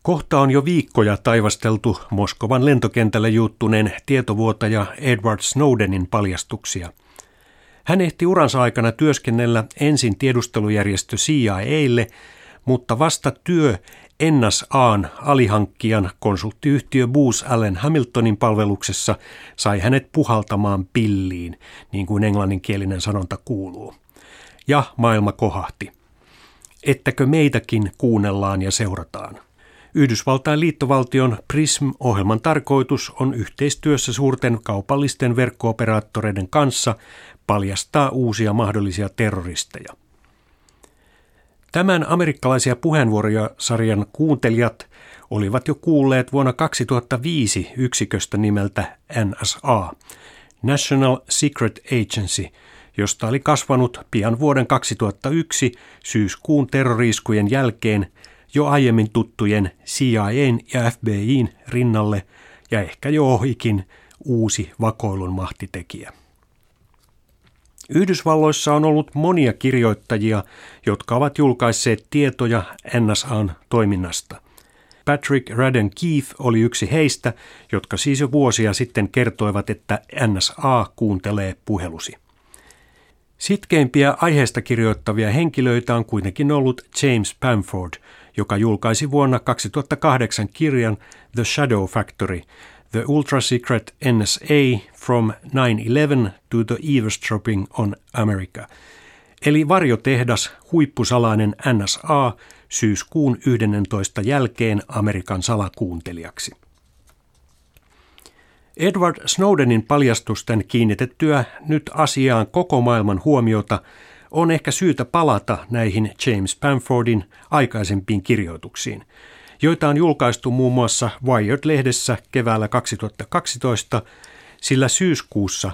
Kohta on jo viikkoja taivasteltu Moskovan lentokentälle juuttuneen tietovuotaja Edward Snowdenin paljastuksia. Hän ehti uransa aikana työskennellä ensin tiedustelujärjestö CIA:lle, mutta vasta työ NSA:n alihankkijan konsulttiyhtiö Booz Allen Hamiltonin palveluksessa sai hänet puhaltamaan pilliin, niin kuin englanninkielinen sanonta kuuluu. Ja maailma kohahti. Ettäkö meitäkin kuunnellaan ja seurataan? Yhdysvaltain liittovaltion PRISM-ohjelman tarkoitus on yhteistyössä suurten kaupallisten verkko-operaattoreiden kanssa paljastaa uusia mahdollisia terroristeja. Tämän amerikkalaisia puheenvuoroja sarjan kuuntelijat olivat jo kuulleet vuonna 2005 yksiköstä nimeltä NSA, National Secret Agency, josta oli kasvanut pian vuoden 2001 syyskuun terrori-iskujen jälkeen jo aiemmin tuttujen CIA:n ja FBI:n rinnalle ja ehkä jo ohikin uusi vakoilun mahtitekijä. Yhdysvalloissa on ollut monia kirjoittajia, jotka ovat julkaisseet tietoja NSA:n toiminnasta. Patrick Radden Keefe oli yksi heistä, jotka siis jo vuosia sitten kertoivat, että NSA kuuntelee puhelusi. Sitkeimpiä aiheesta kirjoittavia henkilöitä on kuitenkin ollut James Bamford, joka julkaisi vuonna 2008 kirjan The Shadow Factory, The Ultra Secret NSA from 9/11 to the Eavesdropping on America, eli varjotehdas, huippusalainen NSA syyskuun 11. jälkeen Amerikan salakuuntelijaksi. Edward Snowdenin paljastusten kiinnitettyä nyt asiaan koko maailman huomiota on ehkä syytä palata näihin James Bamfordin aikaisempiin kirjoituksiin, joita on julkaistu muun muassa Wired-lehdessä keväällä 2012, sillä syyskuussa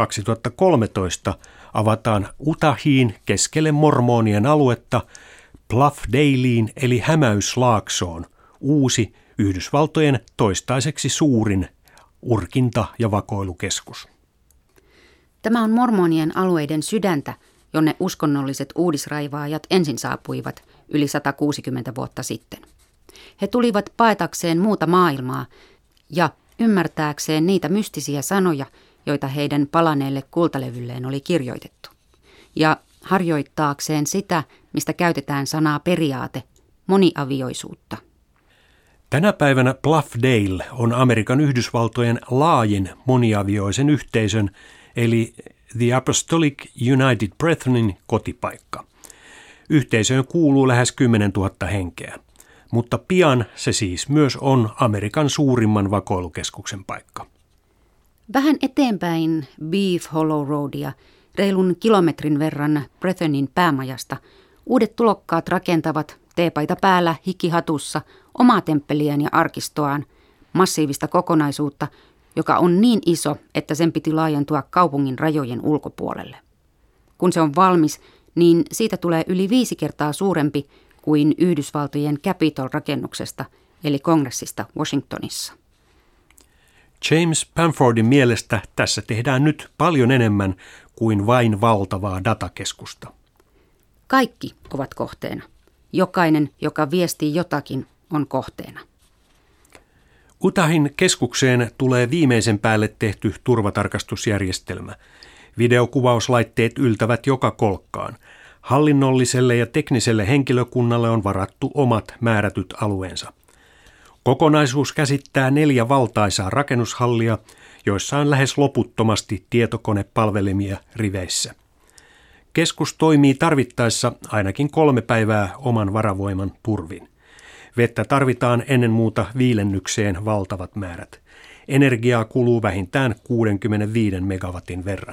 2013 avataan Utahiin keskelle mormonien aluetta Bluffdaleen eli Hämäyslaaksoon uusi Yhdysvaltojen toistaiseksi suurin urkinta- ja vakoilukeskus. Tämä on mormonien alueiden sydäntä, jonne uskonnolliset uudisraivaajat ensin saapuivat yli 160 vuotta sitten. He tulivat paetakseen muuta maailmaa ja ymmärtääkseen niitä mystisiä sanoja, joita heidän palaneelle kultalevylleen oli kirjoitettu. Ja harjoittaakseen sitä, mistä käytetään sanaa periaate, moniavioisuutta. Tänä päivänä Bluffdale on Amerikan Yhdysvaltojen laajin moniavioisen yhteisön, eli The Apostolic United Brethrenin kotipaikka. Yhteisöön kuuluu lähes 10 000 henkeä, mutta pian se siis myös on Amerikan suurimman vakoilukeskuksen paikka. Vähän eteenpäin Beef Hollow Roadia, reilun kilometrin verran Brethenin päämajasta, uudet tulokkaat rakentavat teepaita päällä, hikihatussa, omaa temppeliään ja arkistoaan, massiivista kokonaisuutta, joka on niin iso, että sen piti laajentua kaupungin rajojen ulkopuolelle. Kun se on valmis, niin siitä tulee yli 5 kertaa suurempi kuin Yhdysvaltojen Capitol-rakennuksesta, eli kongressista Washingtonissa. James Bamfordin mielestä tässä tehdään nyt paljon enemmän kuin vain valtavaa datakeskusta. Kaikki ovat kohteena. Jokainen, joka viestii jotakin, on kohteena. Utahin keskukseen tulee viimeisen päälle tehty turvatarkastusjärjestelmä. Videokuvauslaitteet yltävät joka kolkkaan. Hallinnolliselle ja tekniselle henkilökunnalle on varattu omat määrätyt alueensa. Kokonaisuus käsittää 4 valtaisaa rakennushallia, joissa on lähes loputtomasti tietokonepalvelimia riveissä. Keskus toimii tarvittaessa ainakin 3 päivää oman varavoiman turvin. Vettä tarvitaan ennen muuta viilennykseen valtavat määrät. Energiaa kuluu vähintään 65 megawatin verran.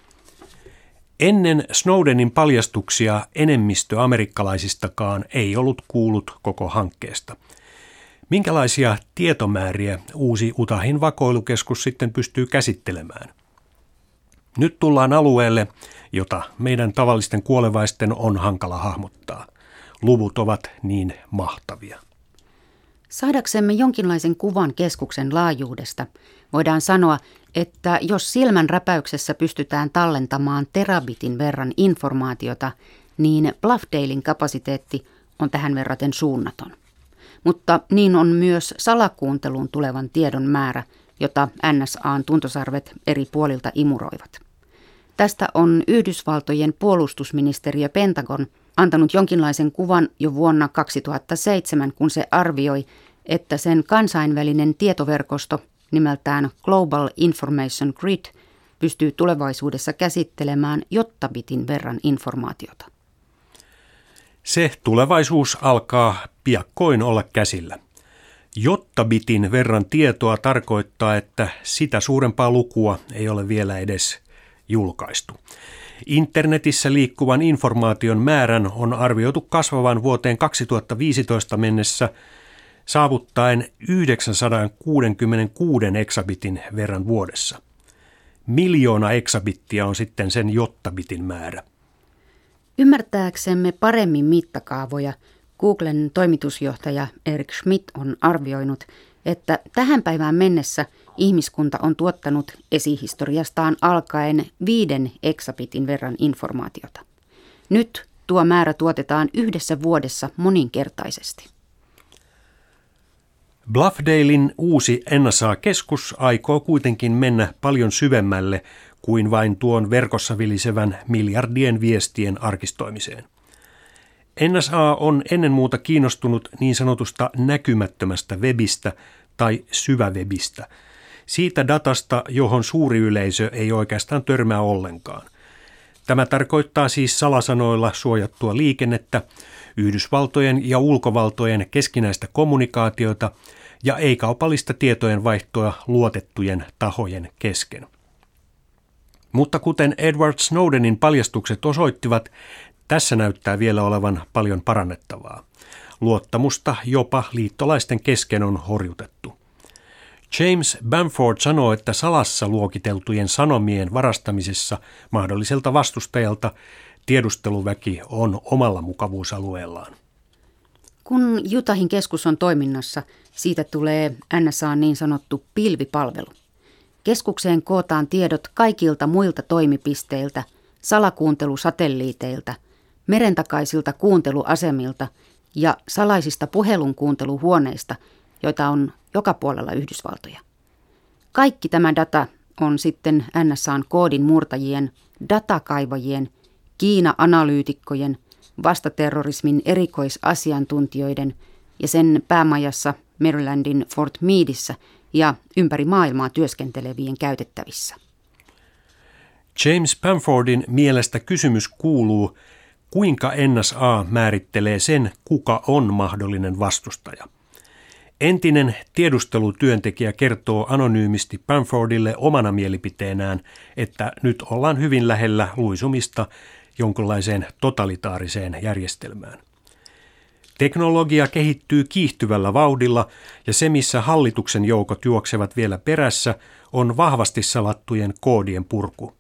Ennen Snowdenin paljastuksia enemmistö amerikkalaisistakaan ei ollut kuullut koko hankkeesta. Minkälaisia tietomääriä uusi Utahin vakoilukeskus sitten pystyy käsittelemään? Nyt tullaan alueelle, jota meidän tavallisten kuolevaisten on hankala hahmottaa. Luvut ovat niin mahtavia. Saadaksemme jonkinlaisen kuvan keskuksen laajuudesta, voidaan sanoa, että jos silmän räpäyksessä pystytään tallentamaan terabitin verran informaatiota, niin Bluffdalen kapasiteetti on tähän verraten suunnaton. mutta niin on myös salakuunteluun tulevan tiedon määrä, jota NSA:n tuntosarvet eri puolilta imuroivat. Tästä on Yhdysvaltojen puolustusministeriö Pentagon antanut jonkinlaisen kuvan jo vuonna 2007, kun se arvioi, että sen kansainvälinen tietoverkosto nimeltään Global Information Grid pystyy tulevaisuudessa käsittelemään jottabitin verran informaatiota. Se tulevaisuus alkaa piakkoin olla käsillä. Jottabitin verran tietoa tarkoittaa, että sitä suurempaa lukua ei ole vielä edes julkaistu. Internetissä liikkuvan informaation määrän on arvioitu kasvavan vuoteen 2015 mennessä saavuttaen 966 eksabitin verran vuodessa. 1 000 000 eksabittiä on sitten sen jottabitin määrä. Ymmärtääksemme paremmin mittakaavoja, Googlen toimitusjohtaja Eric Schmidt on arvioinut, että tähän päivään mennessä ihmiskunta on tuottanut esihistoriastaan alkaen 5 eksabitin verran informaatiota. Nyt tuo määrä tuotetaan yhdessä vuodessa moninkertaisesti. Bluffdalen uusi NSA-keskus aikoo kuitenkin mennä paljon syvemmälle kuin vain tuon verkossa vilisevän miljardien viestien arkistoimiseen. NSA on ennen muuta kiinnostunut niin sanotusta näkymättömästä webistä tai syväwebistä, siitä datasta, johon suuri yleisö ei oikeastaan törmää ollenkaan. Tämä tarkoittaa siis salasanoilla suojattua liikennettä, Yhdysvaltojen ja ulkovaltojen keskinäistä kommunikaatiota ja ei-kaupallista tietojen vaihtoa luotettujen tahojen kesken. Mutta kuten Edward Snowdenin paljastukset osoittivat, tässä näyttää vielä olevan paljon parannettavaa. Luottamusta jopa liittolaisten kesken on horjutettu. James Bamford sanoo, että salassa luokiteltujen sanomien varastamisessa mahdolliselta vastustajalta tiedusteluväki on omalla mukavuusalueellaan. Kun Utahin keskus on toiminnassa, siitä tulee NSA:n niin sanottu pilvipalvelu. Keskukseen kootaan tiedot kaikilta muilta toimipisteiltä, salakuuntelusatelliiteilta, merentakaisilta kuunteluasemilta ja salaisista puhelunkuunteluhuoneista, joita on joka puolella Yhdysvaltoja. Kaikki tämä data on sitten NSA:n koodin murtajien, datakaivajien, Kiina-analyytikkojen, vastaterrorismin erikoisasiantuntijoiden ja sen päämajassa Marylandin Fort Meadissä ja ympäri maailmaa työskentelevien käytettävissä. James Bamfordin mielestä kysymys kuuluu, kuinka NSA määrittelee sen, kuka on mahdollinen vastustaja. Entinen tiedustelutyöntekijä kertoo anonyymisti Bamfordille omana mielipiteenään, että nyt ollaan hyvin lähellä luisumista jonkinlaiseen totalitaariseen järjestelmään. Teknologia kehittyy kiihtyvällä vauhdilla ja se, missä hallituksen joukot juoksevat vielä perässä, on vahvasti salattujen koodien purku.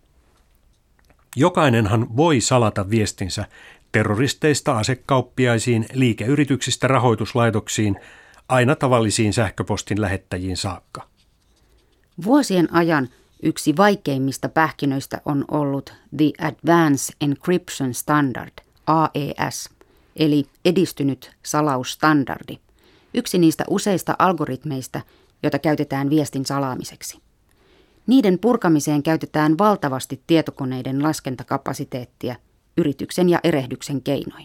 Jokainenhan voi salata viestinsä terroristeista asekauppiaisiin, liikeyrityksistä rahoituslaitoksiin, aina tavallisiin sähköpostin lähettäjiin saakka. Vuosien ajan yksi vaikeimmista pähkinöistä on ollut The Advanced Encryption Standard, AES, eli edistynyt salausstandardi, yksi niistä useista algoritmeista, joita käytetään viestin salaamiseksi. Niiden purkamiseen käytetään valtavasti tietokoneiden laskentakapasiteettia yrityksen ja erehdyksen keinoin.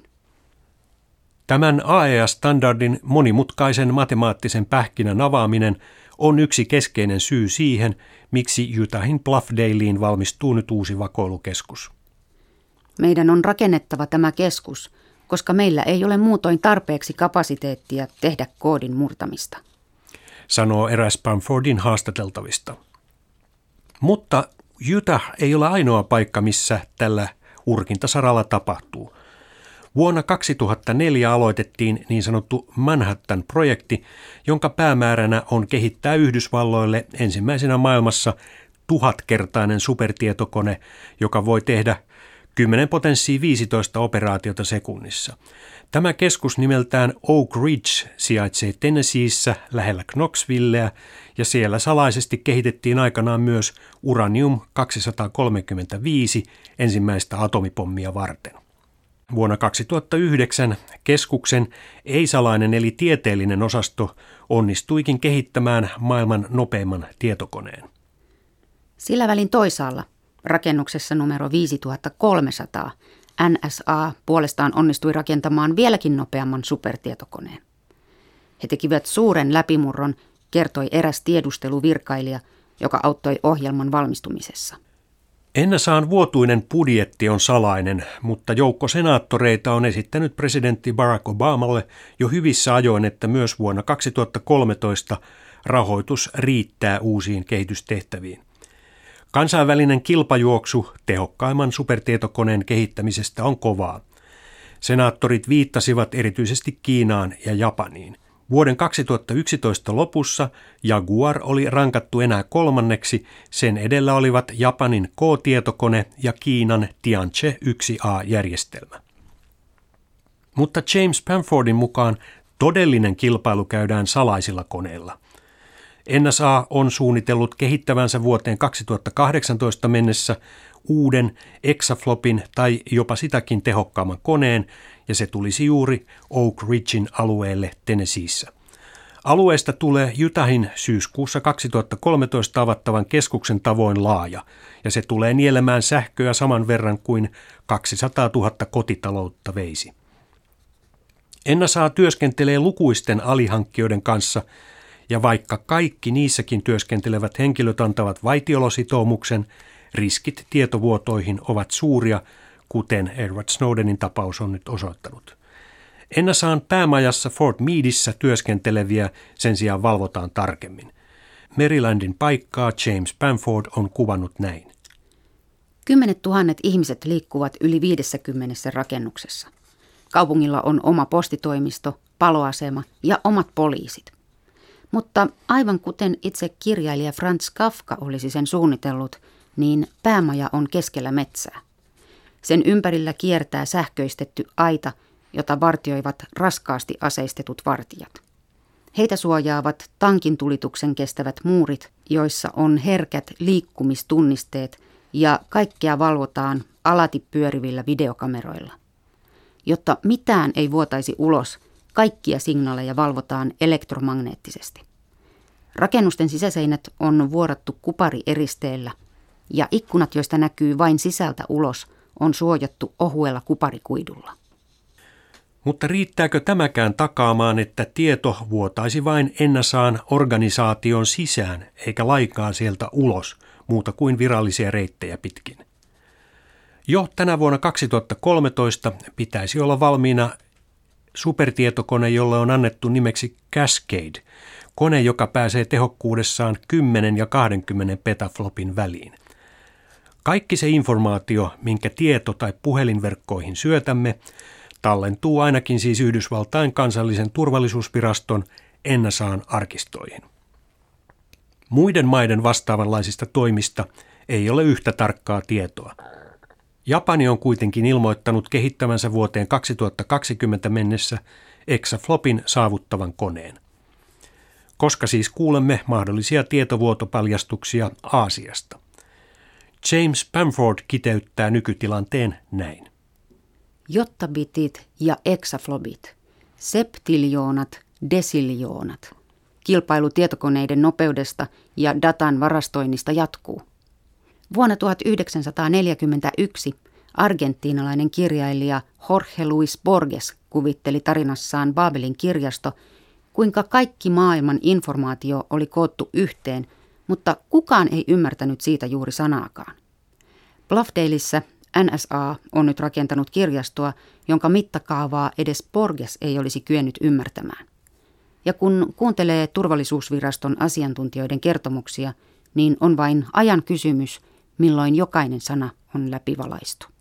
Tämän AES-standardin monimutkaisen matemaattisen pähkinän avaaminen on yksi keskeinen syy siihen, miksi Utahin Bluffdaleen valmistuu nyt uusi vakoilukeskus. Meidän on rakennettava tämä keskus, koska meillä ei ole muutoin tarpeeksi kapasiteettia tehdä koodin murtamista, sanoo eräs Bamfordin haastateltavista. Mutta Utah ei ole ainoa paikka, missä tällä urkintasaralla tapahtuu. Vuonna 2004 aloitettiin niin sanottu Manhattan-projekti, jonka päämääränä on kehittää Yhdysvalloille ensimmäisenä maailmassa 1000-kertainen supertietokone, joka voi tehdä 10⁻15 operaatiota sekunnissa. Tämä keskus nimeltään Oak Ridge sijaitsee Tennesseeissä lähellä Knoxvilleä ja siellä salaisesti kehitettiin aikanaan myös uranium-235 ensimmäistä atomipommia varten. Vuonna 2009 keskuksen ei-salainen eli tieteellinen osasto onnistuikin kehittämään maailman nopeimman tietokoneen. Sillä välin toisaalla, rakennuksessa numero 5300, NSA puolestaan onnistui rakentamaan vieläkin nopeamman supertietokoneen. He tekivät suuren läpimurron, kertoi eräs tiedusteluvirkailija, joka auttoi ohjelman valmistumisessa. NSA:n vuotuinen budjetti on salainen, mutta joukko senaattoreita on esittänyt presidentti Barack Obamalle jo hyvissä ajoin, että myös vuonna 2013 rahoitus riittää uusiin kehitystehtäviin. Kansainvälinen kilpajuoksu tehokkaimman supertietokoneen kehittämisestä on kovaa. Senaattorit viittasivat erityisesti Kiinaan ja Japaniin. Vuoden 2011 lopussa Jaguar oli rankattu enää kolmanneksi, sen edellä olivat Japanin K-tietokone ja Kiinan Tianche 1A-järjestelmä. Mutta James Bamfordin mukaan todellinen kilpailu käydään salaisilla koneilla. NSA on suunnitellut kehittävänsä vuoteen 2018 mennessä uuden exaflopin tai jopa sitäkin tehokkaamman koneen, ja se tulisi juuri Oak Ridgein alueelle Tennesseeissä. Alueesta tulee Utahin syyskuussa 2013 avattavan keskuksen tavoin laaja, ja se tulee nielemään sähköä saman verran kuin 200 000 kotitaloutta veisi. NSA työskentelee lukuisten alihankkijoiden kanssa, ja vaikka kaikki niissäkin työskentelevät henkilöt antavat vaitiolositoumuksen, riskit tietovuotoihin ovat suuria, kuten Edward Snowdenin tapaus on nyt osoittanut. NSA:n päämajassa Fort Meadissä työskenteleviä sen sijaan valvotaan tarkemmin. Marylandin paikkaa James Bamford on kuvannut näin. 10 000 ihmiset liikkuvat yli 50 rakennuksessa. Kaupungilla on oma postitoimisto, paloasema ja omat poliisit. Mutta aivan kuten itse kirjailija Franz Kafka olisi sen suunnitellut, niin päämaja on keskellä metsää. Sen ympärillä kiertää sähköistetty aita, jota vartioivat raskaasti aseistetut vartijat. Heitä suojaavat tankin tulituksen kestävät muurit, joissa on herkät liikkumistunnisteet ja kaikkea valvotaan alati pyörivillä videokameroilla. Jotta mitään ei vuotaisi ulos, kaikkia signaaleja valvotaan elektromagneettisesti. Rakennusten sisäseinät on vuorattu kuparieristeellä ja ikkunat, joista näkyy vain sisältä ulos, on suojattu ohuella kuparikuidulla. Mutta riittääkö tämäkään takaamaan, että tieto vuotaisi vain NSA:n organisaation sisään eikä lainkaan sieltä ulos, muuta kuin virallisia reittejä pitkin? Jo tänä vuonna 2013 pitäisi olla valmiina supertietokone, jolle on annettu nimeksi Cascade, kone, joka pääsee tehokkuudessaan 10 ja 20 petaflopin väliin. Kaikki se informaatio, minkä tieto- tai puhelinverkkoihin syötämme, tallentuu ainakin siis Yhdysvaltain kansallisen turvallisuusviraston NSA:n arkistoihin. Muiden maiden vastaavanlaisista toimista ei ole yhtä tarkkaa tietoa. Japani on kuitenkin ilmoittanut kehittävänsä vuoteen 2020 mennessä exaflopin saavuttavan koneen. Koska siis kuulemme mahdollisia tietovuotopaljastuksia Aasiasta. James Bamford kiteyttää nykytilanteen näin. Jottabitit ja exaflopit, septiljoonat, desiljoonat. Kilpailu tietokoneiden nopeudesta ja datan varastoinnista jatkuu. Vuonna 1941 argentiinalainen kirjailija Jorge Luis Borges kuvitteli tarinassaan Babelin kirjasto, kuinka kaikki maailman informaatio oli koottu yhteen, mutta kukaan ei ymmärtänyt siitä juuri sanaakaan. Bluffdaleissa NSA on nyt rakentanut kirjastoa, jonka mittakaavaa edes Borges ei olisi kyennyt ymmärtämään. Ja kun kuuntelee turvallisuusviraston asiantuntijoiden kertomuksia, niin on vain ajan kysymys, milloin jokainen sana on läpivalaistu.